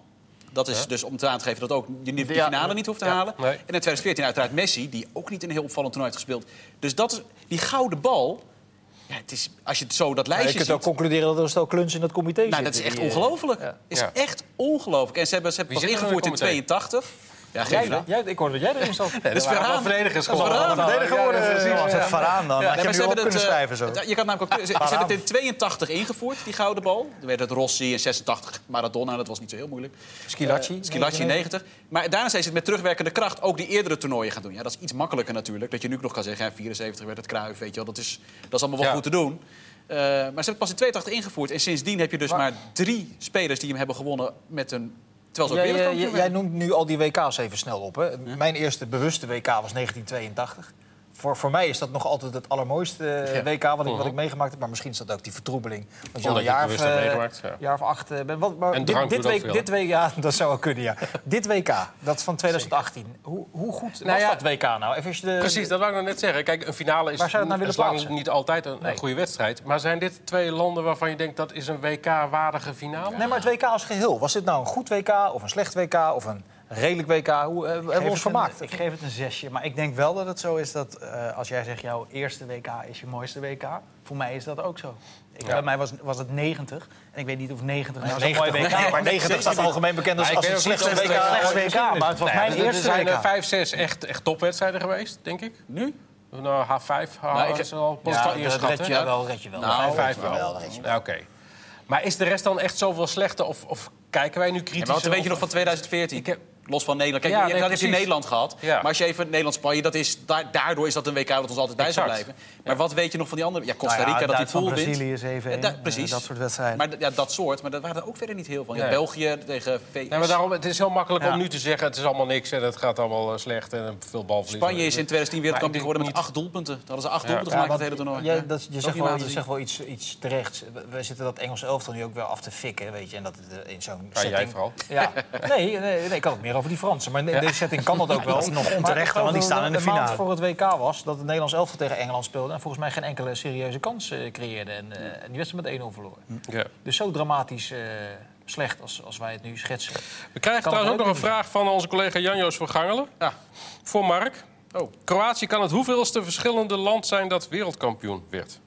Dat is ja. dus om te aan te geven dat ook je de Ja. finale niet hoeft te Ja. halen. Nee. En in tweeduizend veertien uiteraard Messi, die ook niet een heel opvallend toernooi heeft gespeeld. Dus dat is, die gouden bal... Ja, het is, als je het zo dat Maar lijstje je kunt ook ziet... concluderen dat er een stel kluns in dat comité zit. Nou, dat is echt Die, eh, ongelooflijk. ja. is Ja. echt ongelooflijk. En ze hebben, ze hebben Wie pas zit er in ingevoerd in het comité? tweeëntachtig. Ja, Jij, geen idee. jij, ik hoorde dat jij erin zat. Dus Varaan. verdedigers Dat is gewoon. Varaan. Verdediger Ja, worden, ja, precies. als het Varaan dan. Ja, had je nee, hem maar nu op kunnen eh, schrijven zo. Je kan namelijk ook, ze, ze hebben het in tweeëntachtig ingevoerd, die gouden bal. Dan werd het Rossi in zesentachtig, Maradona, dat was niet zo heel moeilijk. Skilacci. Uh, Skilacci in negentig. Maar daarna zijn ze het met terugwerkende kracht ook die eerdere toernooien gaan doen. Ja, dat is iets makkelijker natuurlijk. Dat je nu nog kan zeggen, ja, vierenzeventig werd het Cruijff, weet je wel. Dat is, dat is allemaal wel Ja. goed te doen. Uh, maar ze hebben het pas in tweeëntachtig ingevoerd. En sindsdien heb je dus maar, Maar- drie spelers die hem hebben gewonnen met een... Terwijl ze ook Jij, wereldkampioen jij, jij werden. noemt nu al die W K's even snel op. Hè? Mijn eerste bewuste W K was negentien tweeëntachtig. Voor, voor mij is dat nog altijd het allermooiste eh, Ja. W K wat ik, wat ik meegemaakt heb. Maar misschien is dat ook die vertroebeling. Want je al Omdat een je jaar, het of, bewust hebt eh, meegemaakt, ja. jaar of acht eh, bent. Wat, maar En dit, drank dit, doet ook week, veel, dit W K, ja, dat zou wel kunnen, ja. Dit W K, dat van twintig achttien. Hoe, hoe goed Nou was ja, dat W K nou? Even als je de, Precies, dat wou ik nog net zeggen. Kijk, een finale is, Waar zou je het nou is willen lang plaatsen? niet altijd een, Nee. een goede wedstrijd. Maar zijn dit twee landen waarvan je denkt dat is een W K-waardige finale? Nee, maar het W K als geheel. Was dit nou een goed W K of een slecht W K of een redelijk W K? Hoe eh, hebben we ons het vermaakt? Een, ik geef het een zesje. Maar ik denk wel dat het zo is dat uh, als jij zegt jouw eerste W K is je mooiste W K, voor mij is dat ook zo. Ik, Ja. Bij mij was, was het negentig. En ik weet niet of negentig nou zo'n negentig, mooi W K nee, is. maar negentig staat algemeen bekend als, Ja, ik als het weet ook slechtste niet W of K. het slechtste W K, maar het was Nou ja, mijn er- eerste Er zijn W K. er vijf, zes echt, echt topwedstrijden geweest, denk ik. Nu? Nou, H vijf, H, Nou, ik- is al Ja, positief dat ingeschat, red hè? je wel, red je wel. Nou, vijf wel. dat red je wel. Ja, oké. Maar is de rest dan echt zoveel slechter? Of, of kijken wij nu kritisch? Ja, maar wat weet je of- nog van tweeduizend veertien? Ik heb- Los van Nederland. Kijk, Ja, je- nee, dat heb je in precies. Nederland gehad. Ja. Maar als je even Nederland-Spanje, dat is, da- daardoor is dat een W K dat ons altijd bij zou Exact. blijven. Maar wat weet je nog van die andere? Ja, Costa Nou ja, Rica, dat die Duitsland, pool wint. Brazilië zeven één, Ja, da- eh, precies. dat soort wedstrijden. Maar d- ja, dat soort, maar dat waren er ook verder niet heel van. Ja, Nee. België tegen V S. Nee, maar daarom, het is heel makkelijk Ja. om nu te zeggen... het is allemaal niks en het gaat allemaal eh, slecht en veel balverlies. Spanje is in tweeduizend tien wereldkampioen Maar ik geworden met denk acht doelpunten. Daar hadden ze acht Ja. doelpunten Ja, gemaakt het want hele toernooi. jij- Ja. dat, je Ook zegt niet wel, laten je zien. zegt wel iets, iets terechts. We- We zitten dat Engelse elftal nu ook wel af te fikken, weet je. En dat het eh, in zo'n Ja, jij setting... vooral. Ja, nee, nee, nee, ik had het meer over die Fransen. Maar in deze setting kan dat ook wel. Dat is nog onterecht, Maar ik geloof want die dat staan in de een maand finale. voor het W K was dat het Nederlands elftal tegen Engeland speelde... en volgens mij geen enkele serieuze kans eh, creëerde. En, eh, en die wedstrijd met één nul verloren. Ja. Dus zo dramatisch eh, slecht als, als wij het nu schetsen. We krijgen Kan trouwens ook het nog een ook vraag van onze collega Jan-Joos van Gangelen. Ja. Voor Mark. Oh. Kroatië kan het hoeveelste verschillende land zijn dat wereldkampioen werd?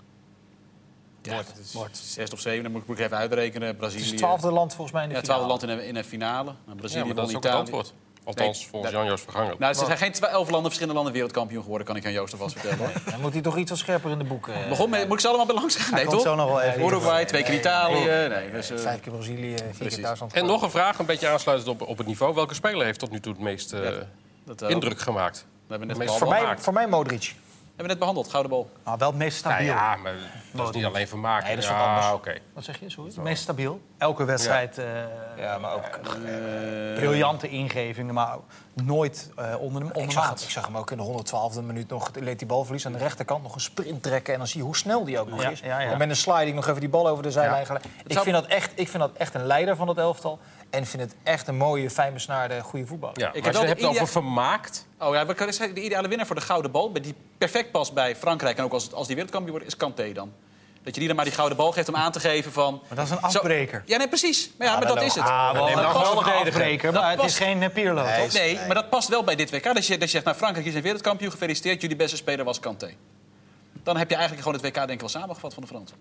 Ja, het is zes of zeven, dan moet ik, moet ik even uitrekenen. Het Brazilië. is het twaalfde land volgens mij in de Ja, finale. twaalfde land in een, in een finale. Nou, Brazilië, Ja, maar dat is won ook het Italië. antwoord. Althans, Nee, volgens dat- Jan-Joos van Gangelen. Nou, er zijn geen twaalf landen, verschillende landen wereldkampioen geworden, kan ik aan Joost alvast vertellen. Hoor. Dan moet hij toch iets wat scherper in de boeken. eh, Begon met, moet ik ze allemaal bij langs gaan? Nee, komt toch? zo nog wel even. Uruguay, twee keer Nee, Italië. nee. Nee, dus, eh, Vijf keer Brazilië, vier precies. keer Duitsland. En nog een vraag, een beetje aansluitend op, op het niveau. Welke speler heeft tot nu toe het meest eh, dat, eh, indruk gemaakt? Dat hebben we net meest Voor behandeld. mij, Vermaakt. voor mij Modric. Hebben we net behandeld, gouden bal. Nou, wel het meest Nou stabiel. ja, maar dat is niet alleen vermaak. Nee, dat is ja, wat anders. oké. Wat zeg je? Sorry? Het meest stabiel. Elke wedstrijd eh, Ja, maar ook... briljante ingevingen, maar nooit eh, onder de, onder Ik de zag, maat. ik zag hem ook in de honderdtwaalfde minuut nog, leed die balverlies aan de rechterkant, nog een sprint trekken en dan zie je hoe snel die ook nog Ja, is. ja, ja. En met een sliding nog even die bal over de zijlijn Ja. gelegd. Ik, zou- vind dat echt, ik vind dat echt een leider van het elftal en vind het echt een mooie, fijn besnaarde, goede voetballer. Ja, heb maar als wel je de het hebt idea- over vermaakt... Oh ja, we kunnen zeggen, de ideale winnaar voor de gouden bal, die perfect past bij Frankrijk en ook als, als die wereldkampioen wordt, is Kanté dan. Dat je die dan maar die gouden bal geeft om aan te geven van... Maar dat is een Zo- afbreker. Ja, nee, precies. Maar, ja, maar maar dat dan- is het. Ah, wel Nee, maar een dat past geweldige verdedigen. afbreker, Dat maar het past- is geen uh, Pirlo, Nee. toch? Nee, maar dat past wel bij dit W K. Dat je, dat je zegt, nou, Frankrijk is een wereldkampioen, gefeliciteerd. Jullie beste speler was Kanté. Dan heb je eigenlijk gewoon het W K denk ik wel samengevat van de Fransen.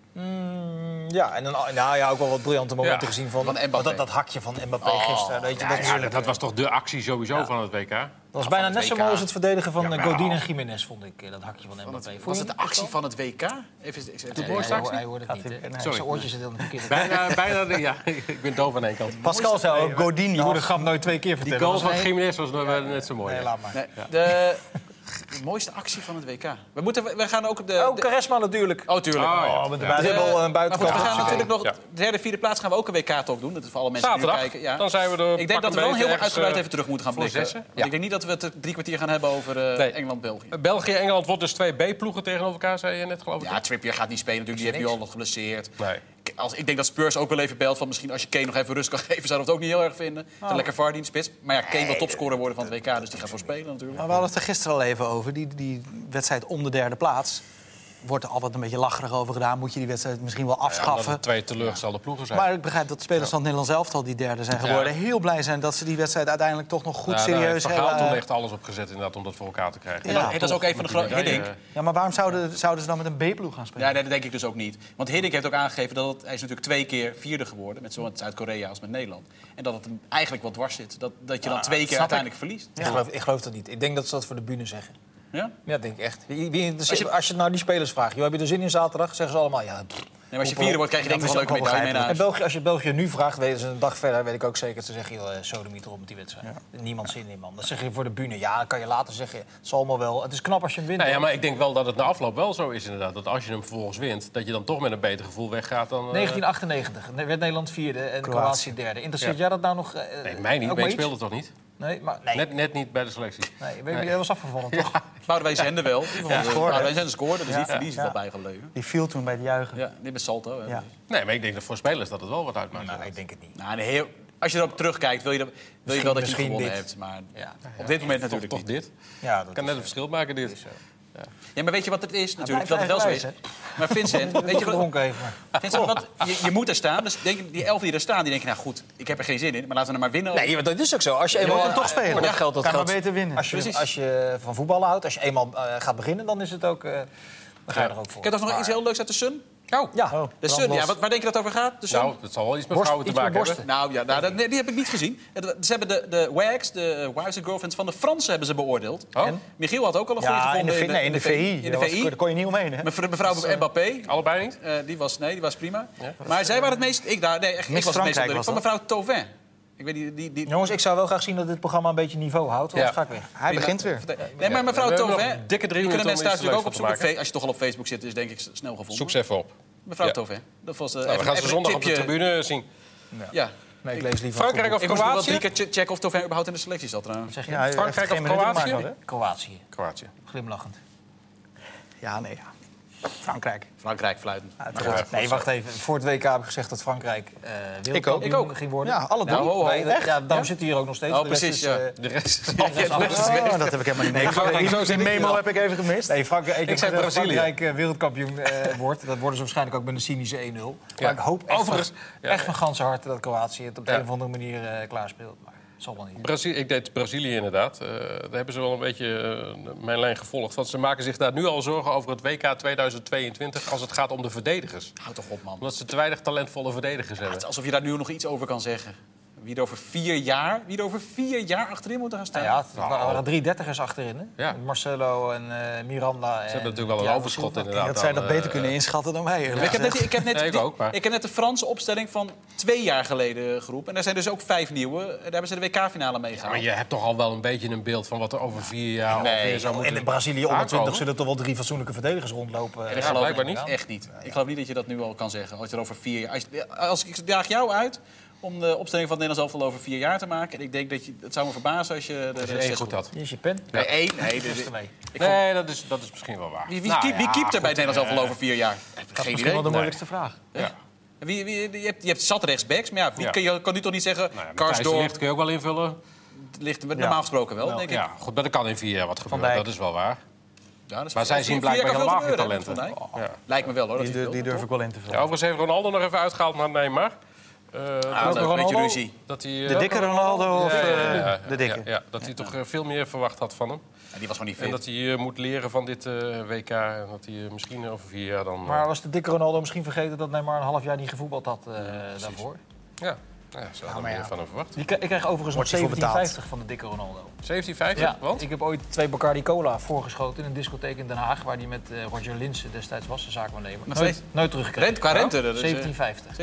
Mm, ja, en dan, nou ja, ook wel wat briljante momenten Ja, gezien van, van Mbappé. dat, dat hakje van Mbappé Oh, gisteren. Weet je, Ja, dat, ja, is- dat, dat was toch de actie sowieso van het W K? dat was van bijna het net zo W K. mooi als het verdedigen van Ja, eh, maar- Godin en Jiménez, vond ik, eh, dat hakje van Mbappé. Was Vond het je de niet actie zo? van het W K? Even, even, even, Nee, mooiste hij, actie? hij hoorde het niet. Gaat hè. hij- nee. Zijn Sorry. oortjes zitten aan de verkeerde Bijna, bijna de, ja, ik ben doof aan één kant. Pascal zei ook Godin. Je moet de grap nooit twee keer Die vertellen. goal Dat was van een- Jiménez was nog wel net zo mooi. Nee, ja. laat maar. Nee, de, de mooiste actie van het W K. We, moeten, we gaan ook... De, Oh, de- Charisma natuurlijk. oh, tuurlijk. Oh, ja. Oh, met de Ja. dribbel en Maar goed, buitenkant. we gaan Ja. natuurlijk nog... Ja. De derde, vierde plaats gaan we ook een W K-talk doen. Dat is voor alle mensen die nu Zaterdag, kijken. Ja. dan zijn we er. Ik denk dat we wel heel uitgebreid even terug moeten gaan voor blikken. zessen. Want Ja. ik denk niet dat we het drie kwartier gaan hebben over eh, Nee. Engeland-België. België en Engeland wordt dus twee B-ploegen tegenover elkaar, zei je net, geloof ik. Ja, Trippier gaat niet spelen natuurlijk. Die heeft nu al nog geblesseerd. Nee. Als, ik denk dat Spurs ook wel even belt van misschien als je Kane nog even rust kan geven, zou dat ook niet heel erg vinden. Oh. Een lekker Vardy in de spits. Maar ja, Kane wil topscorer worden van het W K, dus die gaat voor spelen natuurlijk. Maar we hadden het er gisteren al even over, die, die wedstrijd om de derde plaats. wordt er altijd een beetje lacherig over gedaan. Moet je die wedstrijd misschien wel afschaffen? Ja, omdat het twee teleurgestelde ploegen zijn. Maar ik begrijp dat de spelers van het Nederlands elftal die derde zijn geworden... Ja. heel blij zijn dat ze die wedstrijd uiteindelijk toch nog goed Ja, serieus nou, Van Gaal hebben. toen echt alles opgezet inderdaad om dat voor elkaar te krijgen. Ja, dat is ook een van de grote... Hiddink. Ja, maar waarom zouden, zouden ze dan met een B-ploeg gaan spelen? Ja, nee, dat denk ik dus ook niet. Want Hiddink heeft ook aangegeven dat het, hij is natuurlijk twee keer vierde geworden... met zowel met Zuid-Korea als met Nederland. En dat het hem eigenlijk wat dwars zit. Dat, dat je dan Ja, twee dat keer snap uiteindelijk verliest. Ik, geloof, ik geloof dat niet. Ik denk dat ze dat voor de bühne zeggen. Ja? Ja, denk ik echt. Wie, wie, dus Als je- als je nou die spelers vraagt, joh, heb je er zin in zaterdag? Zeggen ze allemaal, ja... pff. Nee, maar als je vierde wordt, krijg je denk ik dat wel een is leuke ook medaille mee wel naar En huis. België, als je België nu vraagt, weten ze een dag verder, weet ik ook zeker... dat ze zeggen, joh, sodemieter op met die wedstrijd. Niemand zin in, man. Dat zeg je voor de bühne. Ja, dan kan je later zeggen, het zal allemaal wel. Het is knap als je hem wint. Nou ja, hoor. maar ik denk wel dat het na afloop wel zo is inderdaad. Dat als je hem vervolgens wint, dat je dan toch met een beter gevoel weggaat dan... uh, negentien achtentachtig werd Nederland vierde en Kroatië. Kroatië derde. Interesseert Ja. jij dat nou nog? uh, Nee, mij niet. ook Maar maar ik iets? speelde toch niet? Nee, maar nee. Net, net niet bij de selectie. nee, weet je, jij was afgevallen, toch? Boudewijn Zende wel. Die vond- scoorde. Boudewijn Zende scoorde, dus die Ja. verlies is Ja. wel bijgebleven. Die viel toen bij het juichen. Ja, dit met Salto. Hè. Ja. Nee, maar ik denk dat voor spelers dat het wel wat uitmaakt. Nou, ik denk het niet. Nou, nee, heel, als je erop terugkijkt, wil je, dat, wil je wel dat je misschien gewonnen dit. hebt. Maar Ja, op dit moment Toch, natuurlijk toch niet. dit. ja dat Kan is, net een verschil maken, dit. is zo. Ja, maar weet je wat het is natuurlijk? Dat blijf het wel zo is. eigenwijs, Maar Vincent, weet je wat, gedronken even. maar. Vincent, wat je, je moet er staan. Dus denk, die elf die er staan, die denken, nou goed, ik heb er geen zin in. Maar laten we er maar winnen. Nee, maar dat is ook zo. Als je eenmaal moet hem toch spelen. Maar dat geldt, dat Kan maar geldt. beter winnen. Als je, Precies. als je van voetballen houdt, als je eenmaal uh, gaat beginnen, dan is het ook. Uh, dan ga je er ook voor. Ik heb toch nog Maar- iets heel leuks uit de Sun? Oh, Ja, Oh, De brand Sun, los. ja, wat, waar denk je dat over gaat? De Sun? nou, dat zal wel iets met Borst- vrouwen te iets met maken borsten. hebben. Nou ja, nou, dat, nee, die heb ik niet gezien. Het- Ze hebben de, de W A Gs, de Wives and Girlfriends van de Fransen, hebben ze beoordeeld. Oh. En Michiel had ook al een goede Ja, in de, gevonden. V- nee, in de V I. In de Daar was- V I. Daar kon je niet omheen, hè? Mevrouw, mevrouw Mbappé, Allebei niet? eh, die was, nee, die was prima. Maar zij waren het meest... Ik, daar, nee, echt, ik was het meest Frankrijk onder de was indruk van mevrouw Thauvin. Ik weet die... die, die Jongens, ik zou wel graag zien dat dit programma een beetje niveau houdt. Anders Ja. ga ik weg. Hij begint weer. Nee, maar mevrouw We hebben nog Thauvin... een dikke drie die kunnen minuten mensen om thuis iets natuurlijk ook leuks opzoeken. van te Op Fe- Als je toch al op Facebook zit, is denk ik snel gevonden. Zoek ze even op. Mevrouw Ja. Thauvin. Dat was, uh, Nou, we gaan ze zondag op de tribune zien. Ja. Nee, ik lees liever Frankrijk goed. of Ik moest nog wel Kroatië? drie keer che- checken of Thauvin überhaupt in de selectie zat trouwens. Zeg je? Ja, hij heeft Frankrijk geen of minuten Kroatië? gemaakt nog, hè? Kroatië. Kroatië. Glimlachend. Ja, nee, ja. Frankrijk. Frankrijk fluiten. Uiteraard. Nee, wacht even. Voor het W K heb ik gezegd dat Frankrijk uh, wereldkampioen Ik ook. ging worden. Ja, alle drie. Nou, ho, ho. Wij- Echt? ja, daarom Ja? zitten we hier ook nog steeds. Oh, De rest precies, is, ja. eh, De rest. Ja, dat is weg. Oh, dat heb ik helemaal niet meegekregen. Frankrijk, zo Die, zit die ik memo wel. heb ik even gemist. Nee, Frankrijk, ik, heb zei gezegd dat Brazilië. Frankrijk uh, wereldkampioen uh, wordt. Dat worden ze waarschijnlijk ook met een cynische één nul. Ja. Maar ik hoop echt, Overigens, van, ja. echt van ganse harte dat Kroatië het op de Ja. een of andere manier uh, klaarspeelt. Maar het zal wel niet. Brazilië, ik deed Brazilië inderdaad. Uh, daar hebben ze wel een beetje uh, mijn lijn gevolgd. Want ze maken zich daar nu al zorgen over het W K tweeduizend tweeëntwintig... als het gaat om de verdedigers. Houd toch op, man. Omdat ze te weinig talentvolle verdedigers Het hebben. is alsof je daar nu nog iets over kan zeggen. Wie er over vier jaar, wie er over vier jaar achterin moet gaan staan. Nou ja, het waren waren drie dertigers achterin. Hè? Ja. Met Marcelo en uh, Miranda. Ze hebben natuurlijk wel een overschot inderdaad. Dat zij dat dan, beter uh, kunnen inschatten dan wij. Maar ik, heb net, ik, heb net, Nee, ik die- ook, maar- ik heb net de Franse opstelling van twee jaar geleden geroepen. En daar zijn dus ook vijf nieuwe. Daar hebben ze de W K-finale mee Ja, gehaald. maar je hebt toch al wel een beetje een beeld van wat er over vier jaar Nee, ongeveer zou En moeten in Brazilië onder twintig aankomen. zullen toch wel drie fatsoenlijke verdedigers rondlopen. En ik Ja, geloof blijkbaar het niet. Echt niet. Ik geloof niet dat je dat nu al kan zeggen. Als je er over vier jaar... Als, je- als ik daag jou uit om de opstelling van het Nederlands elftal over vier jaar te maken. En ik denk dat je... Het zou me verbazen als je... De, Als je de één zes goed had. Hier is je pen. Nee, één. Nee, de, Beste de- mee. ik vond- Nee, dat is, dat is misschien wel waar. wie wie, Nou, keep- wie ja, keept er bij goed, het Nederlands elftal eh, over vier jaar? Dat is Geen misschien idee. wel de Nee. moeilijkste vraag. Ja. Wie, wie, je, hebt, je hebt zat rechtsbacks, maar ja, wie Ja. Kan, je kan nu toch niet zeggen... Nou ja, Matthijs de Karsdorp Ligt kun je ook wel invullen. ligt er normaal gesproken wel, Wel, denk ik. Ja, goed, maar er kan in vier jaar wat gebeuren, Dijk. dat is wel waar. Ja, dat is Maar zij vier- zien vier jaar blijkbaar kan veel helemaal geen gebeuren, hè, talenten. Van Dijk. Ja. Lijkt me wel, hoor. Dat Die, hij du- die wil, durf ik wel in te Ja, vullen. overigens heeft Ronaldo nog even uitgehaald naar Neymar. Uh, Ah, dat, leuk, een beetje Ronaldo? ruzie. dat hij, uh, De dikke Ronaldo of ja, eh, ja, ja, ja, de dikke? Ja, ja, dat hij toch uh, veel meer verwacht had van hem. Ja, die was gewoon niet En fit. dat hij uh, moet leren van dit uh, W K. En dat hij uh, misschien over vier jaar dan... uh, Maar was de dikke Ronaldo misschien vergeten dat Neymar een half jaar niet gevoetbald had uh, daarvoor? ja, ja, ze hadden maar meer ja. van hem verwacht. Die k- Ik kreeg overigens nog Wordt hij voor zeventien betaald? vijftig van de dikke Ronaldo. zeventien vijftig, want? Ik heb ooit twee Bacardi Cola voorgeschoten in een discotheek in Den Haag... waar die met uh, Roger Linssen destijds was, de zaakwaarnemer. Nog Nooit, steeds? nooit teruggekregen. Rent, qua rente. dat is, eh, zeventien vijftig.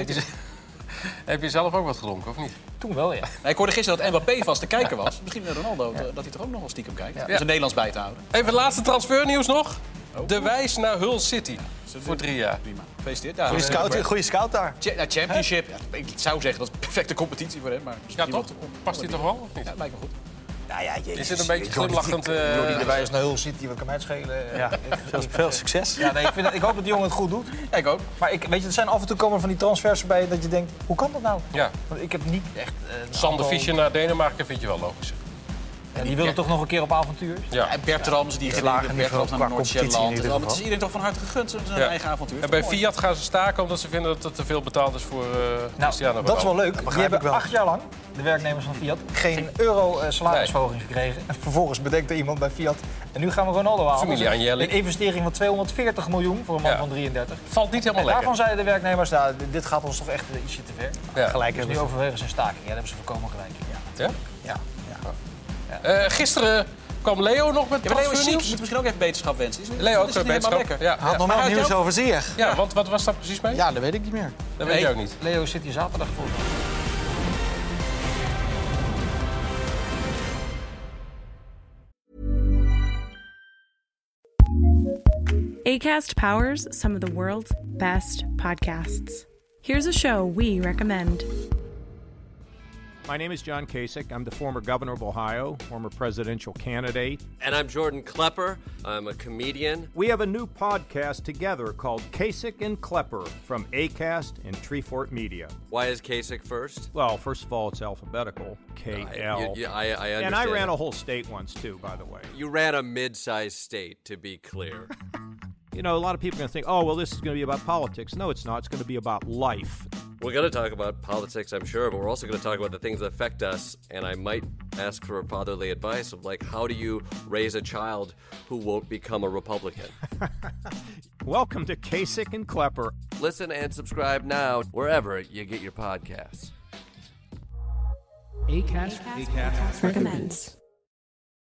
Heb je zelf ook wat gedronken, of niet? Toen wel, ja. Nee, ik hoorde gisteren dat Mbappé vast te kijken was. Misschien met Ronaldo, dat hij toch ook nog wel stiekem kijkt. Ja. Zijn Nederlands bij te houden. Even het laatste transfernieuws nog. Oh. De Wijs naar Hull City. Voor drie jaar. Prima. Gefeliciteerd. Ja, Goeie scout, goeie scout daar. Cha- ja, Championship. Ja, ik zou zeggen, dat is een perfecte competitie voor hem. Maar Ja, misschien toch? wat- Past hij toch wel, of niet? Ja, lijkt me goed. Nou ja, jezus. Is het een beetje glimlachend? uh, Jordi de Wijs naar Hull City, wat kan mij het schelen? Ja, veel, veel succes. Ja, nee, ik, vind dat, ik hoop dat die jongen het goed doet. Ja, ik ook. Maar ik, weet je, er zijn af en toe komen van die transfers voorbij dat je denkt, hoe kan dat nou? Ja. Want ik heb niet echt... eh, een Sander aantal- Fischer naar Denemarken vind je wel logisch. En die willen toch nog een keer op avontuur? Ja. En Bertrams, die gelagen Bertrams naar Noord-Shetland. Het is iedereen toch van harte gegund, zijn ja. eigen avontuur. En bij mooi. Fiat gaan ze staken omdat ze vinden dat het te veel betaald is voor uh, nou, Cristiano Ronaldo. Dat is wel leuk. Die hebben wel. acht jaar lang, de werknemers van Fiat, geen euro uh, salarisverhoging nee. gekregen. En vervolgens bedenkt er iemand bij Fiat. En nu gaan we Ronaldo halen. Familie Agnelli. Een investering van tweehonderdveertig miljoen voor een man ja. van drieëndertig. Valt niet helemaal en lekker. Daarvan zeiden de werknemers, nou, dit gaat ons toch echt uh, ietsje te ver. Ja. Gelijk hebben ze nu overwegen zijn staking. Ja, daar hebben ze volkomen gelijk. Ja? Ja? Ja. ja. Uh, gisteren kwam Leo nog met ja, Leo is ziek. Je moet misschien ook even beterschap wensen. Leo ook weer beterschap. Ja. Had nog wel nieuws over Ziyech. Ja, want wat was daar precies mee? Ja, dat weet ik niet meer. Dat weet je ook niet. Leo zit hier zaterdag voor. Acast powers some of the world's best podcasts. Here's a show we recommend. My name is John Kasich. I'm the former governor of Ohio, former presidential candidate. And I'm Jordan Klepper. I'm a comedian. We have a new podcast together called Kasich and Klepper from Acast and Treefort Media. Why is Kasich first? Well, first of all, it's alphabetical. K L. Uh, I, I, I understand. And I ran a whole state once, too, by the way. You ran a mid-sized state, to be clear. You know, a lot of people are going to think, oh, well, this is going to be about politics. No, it's not. It's going to be about life. We're going to talk about politics, I'm sure, but we're also going to talk about the things that affect us. And I might ask for fatherly advice of, like, how do you raise a child who won't become a Republican? Welcome to Kasich and Klepper. Listen and subscribe now wherever you get your podcasts. Acast, Acast, Acast recommends.